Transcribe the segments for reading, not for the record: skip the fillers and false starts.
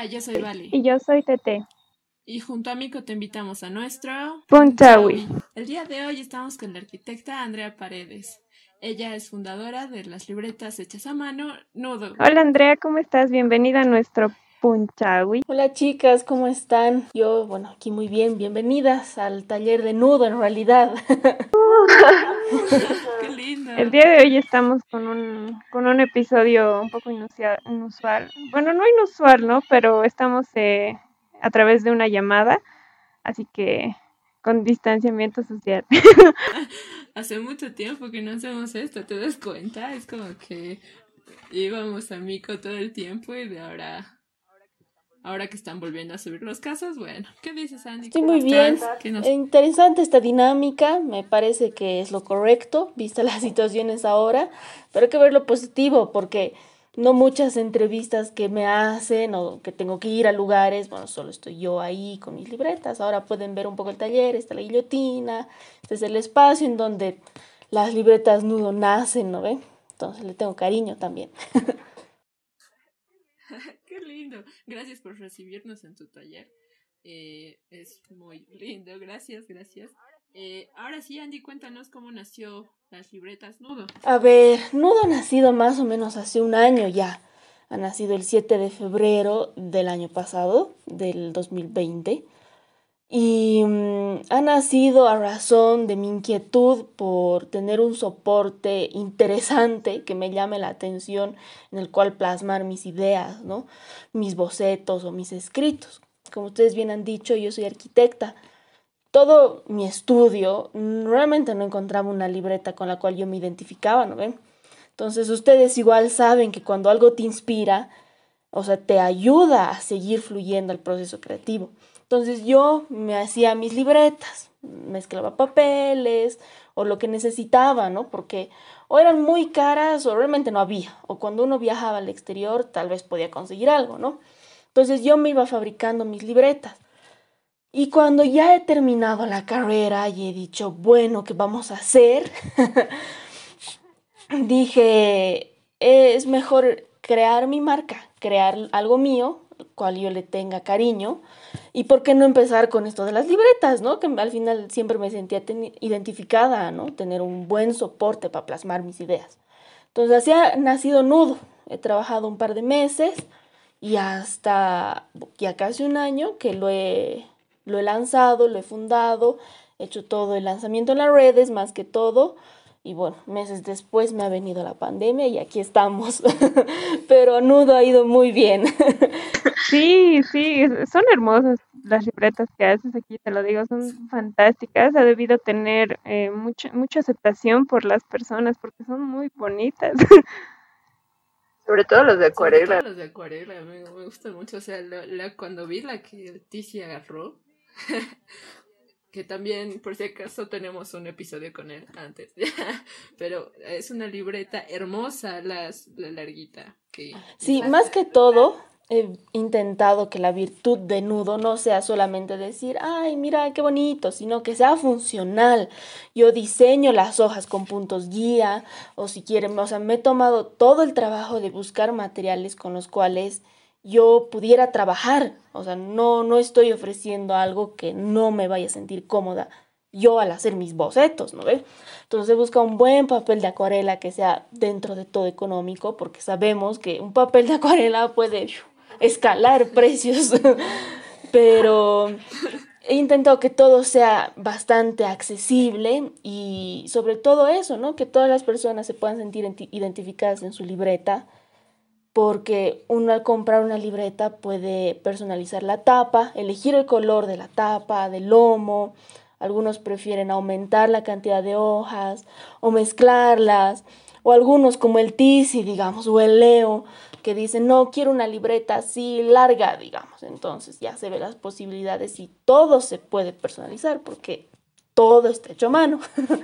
yo soy Vale. Y yo soy Tete. Y junto a Mico te invitamos a nuestro Punchawi. El día de hoy estamos con la arquitecta Andrea Paredes. Ella es fundadora de las libretas hechas a mano, Nudo. Hola Andrea, ¿cómo estás? Bienvenida a nuestro Punchawi. Hola chicas, ¿cómo están? Yo, aquí muy bien, bienvenidas al taller de Nudo en realidad. ¡Qué lindo! El día de hoy estamos con un episodio un poco inusual. Bueno, no inusual, ¿no? Pero estamos a través de una llamada, así que con distanciamiento social. Hace mucho tiempo que no hacemos esto, ¿te das cuenta? Es como que íbamos a Mico todo el tiempo y de ahora que están volviendo a subir los casos, bueno, ¿qué dices, Andy? Estoy muy bien. ¿Qué nos... Interesante esta dinámica, me parece que es lo correcto, vista las situaciones ahora, pero hay que ver lo positivo, porque no muchas entrevistas que me hacen o que tengo que ir a lugares, solo estoy yo ahí con mis libretas. Ahora pueden ver un poco el taller, está la guillotina, este es el espacio en donde las libretas Nudo nacen, ¿no ven? Entonces le tengo cariño también. ¡Qué lindo! Gracias por recibirnos en tu taller. Es muy lindo, gracias. Ahora sí, Andy, cuéntanos cómo nació las libretas Nudo. A ver, Nudo ha nacido más o menos hace un año ya. Ha nacido el 7 de febrero del año pasado, del 2020. Y ha nacido a razón de mi inquietud por tener un soporte interesante que me llame la atención, en el cual plasmar mis ideas, ¿no? Mis bocetos o mis escritos. Como ustedes bien han dicho, yo soy arquitecta. Todo mi estudio, realmente no encontraba una libreta con la cual yo me identificaba, ¿no ven? Entonces ustedes igual saben que cuando algo te inspira, o sea, te ayuda a seguir fluyendo el proceso creativo. Entonces yo me hacía mis libretas, mezclaba papeles o lo que necesitaba, ¿no? Porque o eran muy caras o realmente no había. O cuando uno viajaba al exterior, tal vez podía conseguir algo, ¿no? Entonces yo me iba fabricando mis libretas. Y cuando ya he terminado la carrera y he dicho, bueno, ¿qué vamos a hacer? Dije, es mejor crear mi marca, crear algo mío, al cual yo le tenga cariño. Y por qué no empezar con esto de las libretas, ¿no? Que al final siempre me sentía identificada, ¿no? Tener un buen soporte para plasmar mis ideas. Entonces así ha nacido Nudo. He trabajado un par de meses y hasta ya casi un año que lo he lanzado, lo he fundado, he hecho todo el lanzamiento en las redes más que todo. Y bueno, meses después me ha venido la pandemia y aquí estamos. Pero Nudo ha ido muy bien. Sí, son hermosas las libretas que haces aquí, te lo digo, son fantásticas. Ha debido tener mucha aceptación por las personas porque son muy bonitas. Sobre todo los de acuarela. Los de acuarela, me gustan mucho. O sea, cuando vi la que el Tizi agarró, que también, por si acaso, tenemos un episodio con él antes. Pero es una libreta hermosa, la larguita. Sí, más que todo, he intentado que la virtud de Nudo no sea solamente decir, ay, mira, qué bonito, sino que sea funcional. Yo diseño las hojas con puntos guía, o si quieren, me he tomado todo el trabajo de buscar materiales con los cuales yo pudiera trabajar. O sea, no estoy ofreciendo algo que no me vaya a sentir cómoda yo al hacer mis bocetos, ¿no ves? Entonces busca un buen papel de acuarela que sea dentro de todo económico, porque sabemos que un papel de acuarela puede escalar precios, pero he intentado que todo sea bastante accesible y sobre todo eso, ¿no? Que todas las personas se puedan sentir identificadas en su libreta, porque uno al comprar una libreta puede personalizar la tapa, elegir el color de la tapa, del lomo. Algunos prefieren aumentar la cantidad de hojas o mezclarlas, o algunos como el Tizi, digamos, o el Leo, que dicen, no, quiero una libreta así larga, digamos. Entonces ya se ven las posibilidades y todo se puede personalizar porque todo está hecho a mano.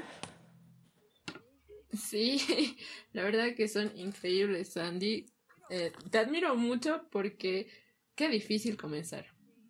Sí, la verdad que son increíbles, Sandy. Te admiro mucho porque qué difícil comenzar.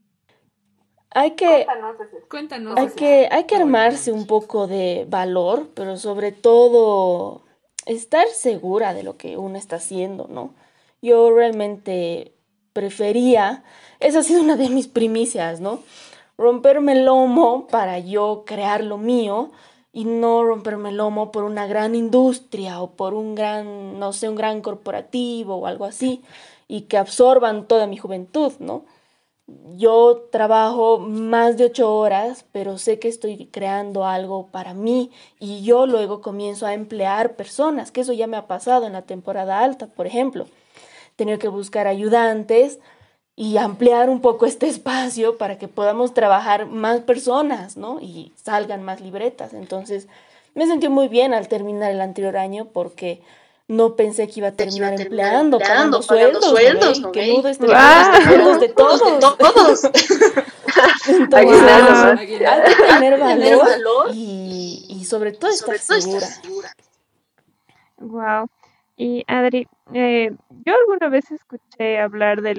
Cuéntanos Hay que armarse un poco de valor, pero sobre todo estar segura de lo que uno está haciendo, ¿no? Yo realmente prefería, esa ha sido una de mis primicias, ¿no? Romperme el lomo para yo crear lo mío y no romperme el lomo por una gran industria o por un gran, no sé, un gran corporativo o algo así y que absorban toda mi juventud, ¿no? Yo trabajo más de 8 horas, pero sé que estoy creando algo para mí y yo luego comienzo a emplear personas, que eso ya me ha pasado en la temporada alta, por ejemplo. Tener que buscar ayudantes y ampliar un poco este espacio para que podamos trabajar más personas, ¿no? Y salgan más libretas. Entonces, me sentí muy bien al terminar el anterior año porque no pensé que iba a terminar empleando, pagando sueldos, ¿no? Que Nudo esté pagando sueldos de todos. Entonces, hay que tener valor y sobre todo estar segura. Wow. Y Adri, yo alguna vez escuché hablar de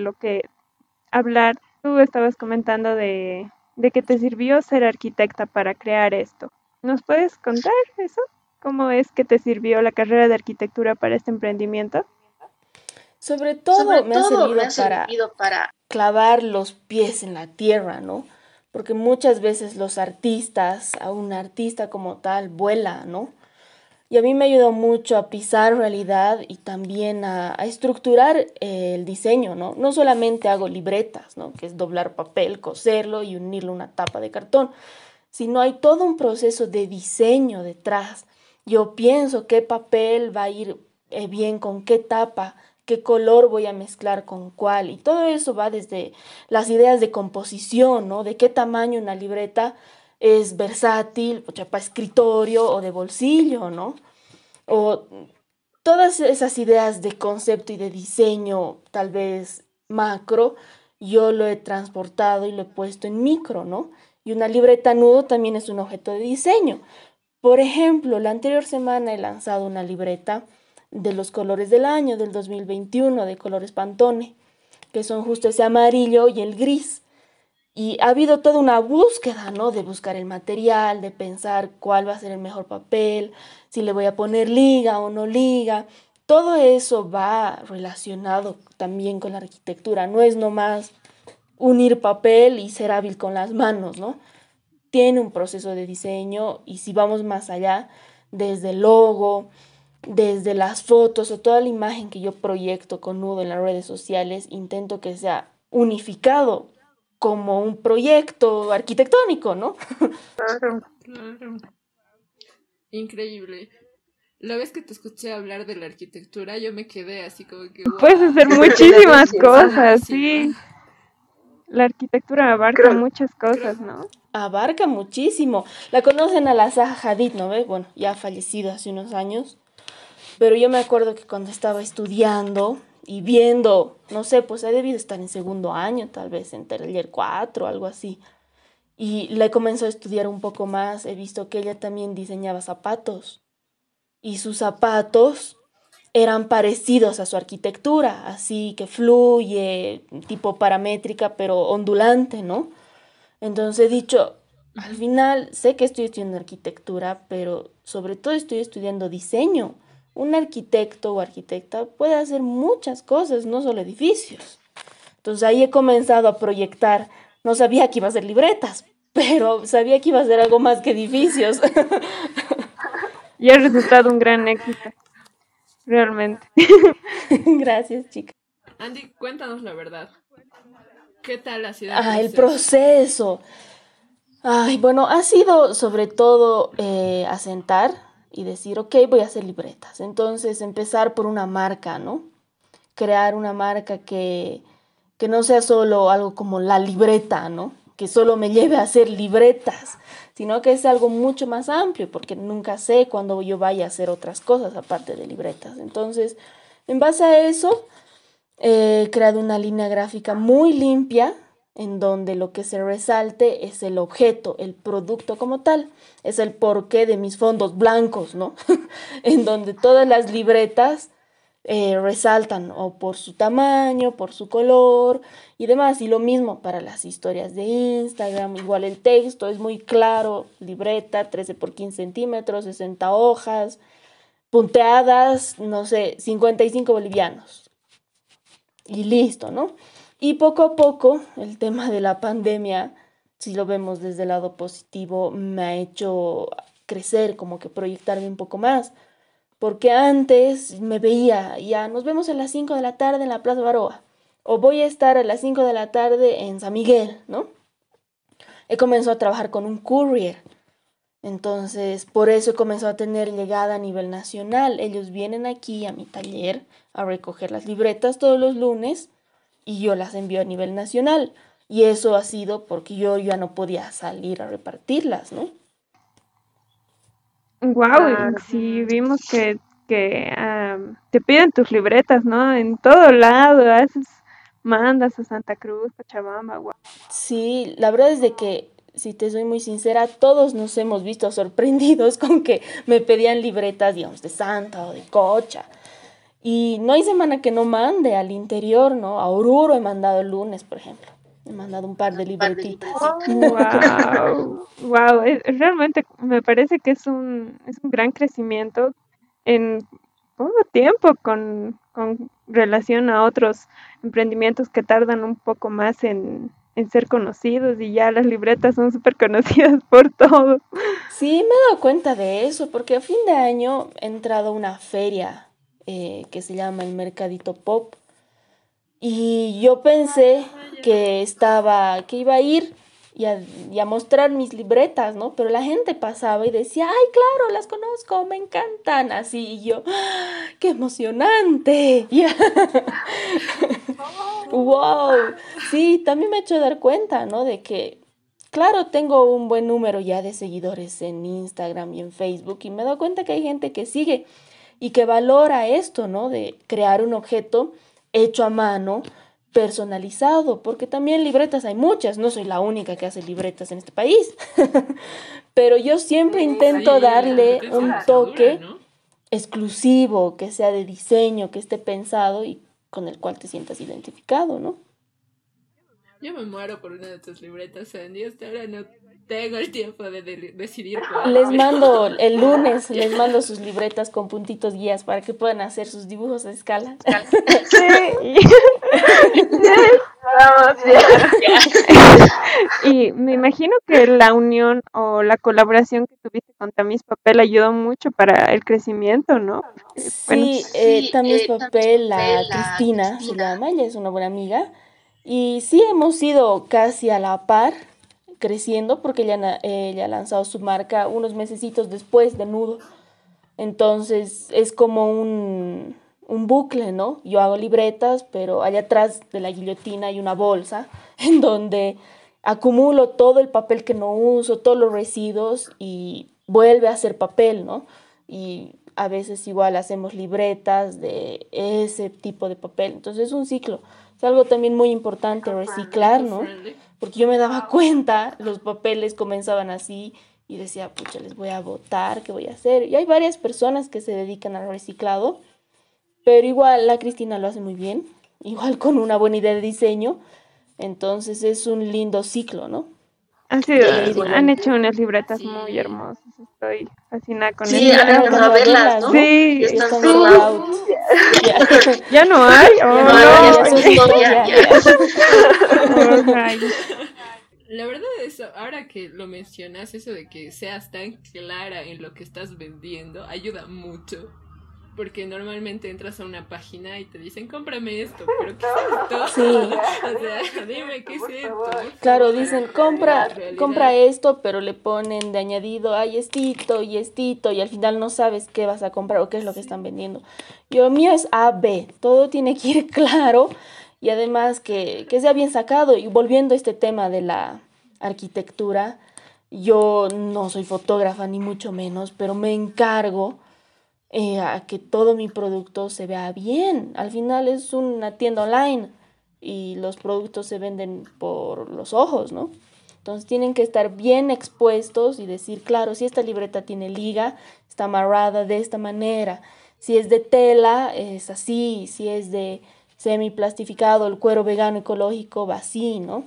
tú estabas comentando de que te sirvió ser arquitecta para crear esto. ¿Nos puedes contar eso? ¿Cómo es que te sirvió la carrera de arquitectura para este emprendimiento? Sobre todo me ha servido para clavar los pies en la tierra, ¿no? Porque muchas veces los artistas, a un artista como tal, vuela, ¿no? Y a mí me ayudó mucho a pisar realidad y también a estructurar el diseño, ¿no? No solamente hago libretas, ¿no? Que es doblar papel, coserlo y unirlo a una tapa de cartón, sino hay todo un proceso de diseño detrás. Yo pienso qué papel va a ir bien con qué tapa, qué color voy a mezclar con cuál. Y todo eso va desde las ideas de composición, ¿no? De qué tamaño una libreta es versátil, o sea, para escritorio o de bolsillo, ¿no? O todas esas ideas de concepto y de diseño, tal vez macro, yo lo he transportado y lo he puesto en micro, ¿no? Y una libreta nudo también es un objeto de diseño. Por ejemplo, la anterior semana he lanzado una libreta de los colores del año, del 2021, de colores Pantone, que son justo ese amarillo y el gris. Y ha habido toda una búsqueda, ¿no? De buscar el material, de pensar cuál va a ser el mejor papel, si le voy a poner liga o no liga. Todo eso va relacionado también con la arquitectura. No es nomás unir papel y ser hábil con las manos, ¿no? Tiene un proceso de diseño y si vamos más allá, desde el logo, desde las fotos o toda la imagen que yo proyecto con Nudo en las redes sociales, intento que sea unificado como un proyecto arquitectónico, ¿no? Claro. Increíble. La vez que te escuché hablar de la arquitectura, yo me quedé así como que... Wow. Puedes hacer muchísimas cosas, sí. La arquitectura abarca muchas cosas, ¿no? Abarca muchísimo. La conocen a la Zaha Hadid, ¿no ves? Bueno, ya ha fallecido hace unos años. Pero yo me acuerdo que cuando estaba estudiando y viendo, no sé, pues he debido estar en segundo año, tal vez en taller 4 o algo así. Y la he comenzado a estudiar un poco más. He visto que ella también diseñaba zapatos. Y sus zapatos eran parecidos a su arquitectura, así que fluye, tipo paramétrica, pero ondulante, ¿no? Entonces he dicho, al final sé que estoy estudiando arquitectura, pero sobre todo estoy estudiando diseño. Un arquitecto o arquitecta puede hacer muchas cosas, no solo edificios. Entonces ahí he comenzado a proyectar. No sabía que iba a ser libretas, pero sabía que iba a ser algo más que edificios. Y ha resultado un gran éxito, realmente. Gracias, chica. Andy, cuéntanos la verdad. ¿Qué tal ha sido el proceso? Ay, bueno, ha sido sobre todo asentar y decir, ok, voy a hacer libretas. Entonces empezar por una marca, ¿no? Crear una marca que no sea solo algo como la libreta, ¿no? Que solo me lleve a hacer libretas, sino que es algo mucho más amplio, porque nunca sé cuándo yo vaya a hacer otras cosas aparte de libretas. Entonces, en base a eso, he creado una línea gráfica muy limpia, en donde lo que se resalte es el objeto, el producto como tal. Es el porqué de mis fondos blancos, ¿no? En donde todas las libretas resaltan o por su tamaño, por su color y demás. Y lo mismo para las historias de Instagram. Igual el texto es muy claro. Libreta, 13 por 15 centímetros, 60 hojas, punteadas, no sé, 55 bolivianos. Y listo, ¿no? Y poco a poco, el tema de la pandemia, si lo vemos desde el lado positivo, me ha hecho crecer, como que proyectarme un poco más. Porque antes me veía, ya nos vemos a las 5 de la tarde en la Plaza Baroa, o voy a estar a las 5 de la tarde en San Miguel, ¿no? He comenzado a trabajar con un courier. Entonces, por eso he comenzado a tener llegada a nivel nacional. Ellos vienen aquí a mi taller a recoger las libretas todos los lunes y yo las envío a nivel nacional. Y eso ha sido porque yo ya no podía salir a repartirlas, ¿no? Wow, sí vimos que te piden tus libretas, ¿no? En todo lado, mandas a Santa Cruz, Pachamama, wow. Sí, la verdad es de que, si te soy muy sincera, todos nos hemos visto sorprendidos con que me pedían libretas, digamos, de Santa o de Cocha. Y no hay semana que no mande al interior, ¿no? A Oruro he mandado el lunes, por ejemplo. He mandado un par de libretitas. Wow, wow, realmente me parece que es un gran crecimiento en poco tiempo con relación a otros emprendimientos que tardan un poco más en ser conocidos y ya las libretas son súper conocidas por todos. Sí, me he dado cuenta de eso, porque a fin de año he entrado a una feria que se llama el Mercadito Pop. Y yo pensé que iba a ir y a mostrar mis libretas, ¿no? Pero la gente pasaba y decía, ay, claro, las conozco, me encantan, así, y yo, ¡ah, qué emocionante! Ya. Wow, sí, también me he hecho dar cuenta, ¿no? De que, claro, tengo un buen número ya de seguidores en Instagram y en Facebook y me he dado cuenta que hay gente que sigue y que valora esto, ¿no? De crear un objeto hecho a mano, personalizado, porque también libretas hay muchas, no soy la única que hace libretas en este país, pero yo siempre intento Sí, la darle competencia un es demasiado dura, toque ¿no? exclusivo, que sea de diseño, que esté pensado y con el cual te sientas identificado, ¿no? Yo me muero por una de tus libretas, Sandy. Hasta ahora no tengo el tiempo de decidir cuál, Les pero mando el lunes, ya. les mando sus libretas con puntitos guías para que puedan hacer sus dibujos a escala. Sí, yes, vamos, y me imagino que la unión o la colaboración que tuviste con Tamis Papel ayudó mucho para el crecimiento, ¿no? Bueno, Sí, también es papel, la Cristina se llama, ella es una buena amiga. Y sí, hemos ido casi a la par creciendo porque ella ha lanzado su marca unos mesecitos después de Nudo. Entonces es como un bucle, ¿no? Yo hago libretas, pero allá atrás de la guillotina hay una bolsa en donde acumulo todo el papel que no uso, todos los residuos y vuelve a ser papel, ¿no? Y a veces igual hacemos libretas de ese tipo de papel. Entonces es un ciclo. Es algo también muy importante reciclar, ¿no? Eco-friendly. Porque yo me daba cuenta, los papeles comenzaban así y decía, pucha, les voy a botar, ¿qué voy a hacer? Y hay varias personas que se dedican al reciclado, pero igual la Cristina lo hace muy bien, igual con una buena idea de diseño, entonces es un lindo ciclo, ¿no? De ida y han vuelta. hecho unas libretas muy Sí. hermosas, estoy fascinada con Sí, eso. han alcanzado a verlas, ¿no? Sí, Ya están sí, sold out. Ya, ya no hay, ya oh no hay, ya no. son historia. Oh, rayos. La verdad es, ahora que lo mencionas, eso de que seas tan clara en lo que estás vendiendo, ayuda mucho. Porque normalmente entras a una página y te dicen, cómprame esto, pero ¿qué es esto? Sí, O sea, dime qué es esto, por claro, favor. dicen, Y en compra realidad, esto, pero le ponen de añadido, ay, estito, y al final no sabes qué vas a comprar o qué es lo que están vendiendo. Yo, mío es A, B, todo tiene que ir claro y además que sea bien sacado. Y volviendo a este tema de la arquitectura, yo no soy fotógrafa ni mucho menos, pero me encargo a que todo mi producto se vea bien. Al final es una tienda online y los productos se venden por los ojos, ¿no? Entonces tienen que estar bien expuestos y decir, claro, si esta libreta tiene liga, está amarrada de esta manera. Si es de tela, es así. Si es de semiplastificado, el cuero vegano ecológico, va así, ¿no?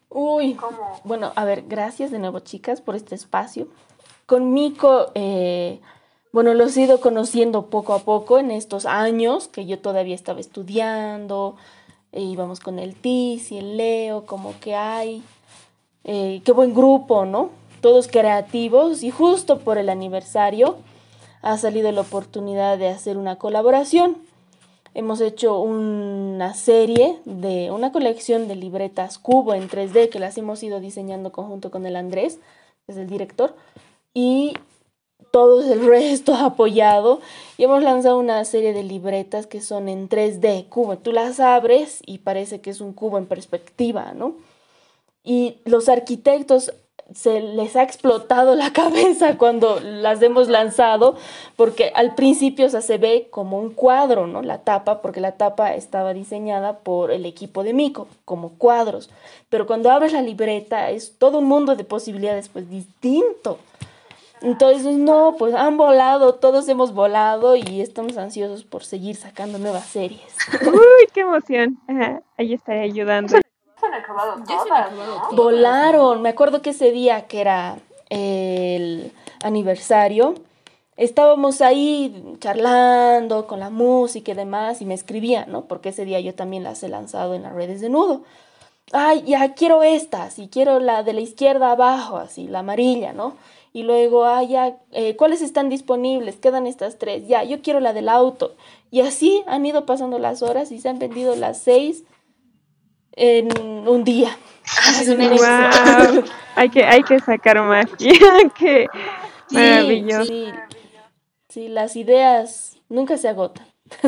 Uy, bueno, a ver, gracias de nuevo, chicas, por este espacio. Con Mico, bueno, los he ido conociendo poco a poco en estos años que yo todavía estaba estudiando, íbamos con el Tiz y el Leo, como que hay, qué buen grupo, ¿no? Todos creativos y justo por el aniversario ha salido la oportunidad de hacer una colaboración. Hemos hecho una serie de una colección de libretas cubo en 3D que las hemos ido diseñando conjunto con el Andrés, que es el director, y todo el resto ha apoyado y hemos lanzado una serie de libretas que son en 3D cubo. Tú las abres y parece que es un cubo en perspectiva, ¿no? Y los arquitectos se les ha explotado la cabeza cuando las hemos lanzado, porque al principio, o sea, se ve como un cuadro, ¿no? La tapa, porque la tapa estaba diseñada por el equipo de Mico, como cuadros. Pero cuando abres la libreta es todo un mundo de posibilidades, pues distinto. Entonces, no, pues han volado, todos hemos volado y estamos ansiosos por seguir sacando nuevas series. Uy, qué emoción. Ajá, ahí estaré ayudando. Ya se han acabado todas. Volaron, me acuerdo que ese día que era el aniversario, estábamos ahí charlando con la música y demás y me escribían, ¿no? Porque ese día yo también las he lanzado en las redes de Nudo. Ay, ya quiero estas y quiero la de la izquierda abajo, así, la amarilla, ¿no? Y luego, ya, ¿cuáles están disponibles? Quedan estas 3, ya, yo quiero la del auto. Y así han ido pasando las horas y se han vendido las 6 en un día. Ha sido un éxito. Wow. Hay que sacar magia. Qué maravilloso. Sí, sí, las ideas nunca se agotan.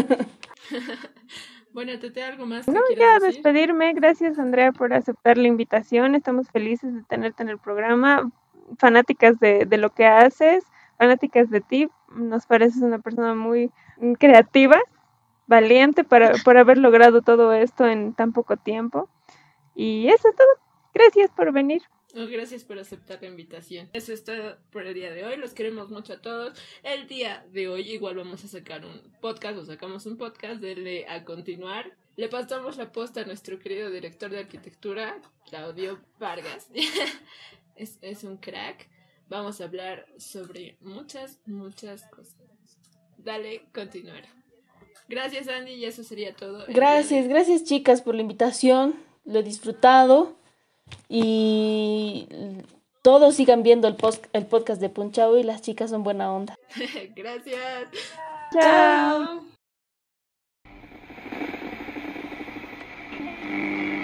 Bueno, ¿te algo más que No, quieras ya decir? despedirme. Gracias, Andrea, por aceptar la invitación. Estamos felices de tenerte en el programa. Fanáticas de lo que haces, fanáticas de ti. Nos pareces una persona muy creativa, valiente por haber logrado todo esto en tan poco tiempo. Y eso es todo. Gracias por venir. Gracias por aceptar la invitación. Eso es todo por el día de hoy. Los queremos mucho a todos. El día de hoy igual vamos a sacar un podcast, o sacamos un podcast, denle a continuar. Le pasamos la posta a nuestro querido director de arquitectura, Claudio Vargas. es un crack. Vamos a hablar sobre muchas cosas. Dale, continuar. Gracias, Andy, y eso sería todo. Gracias chicas por la invitación. Lo he disfrutado. Y todos sigan viendo el podcast de Punchao y las chicas son buena onda. Gracias. Chao. Chao.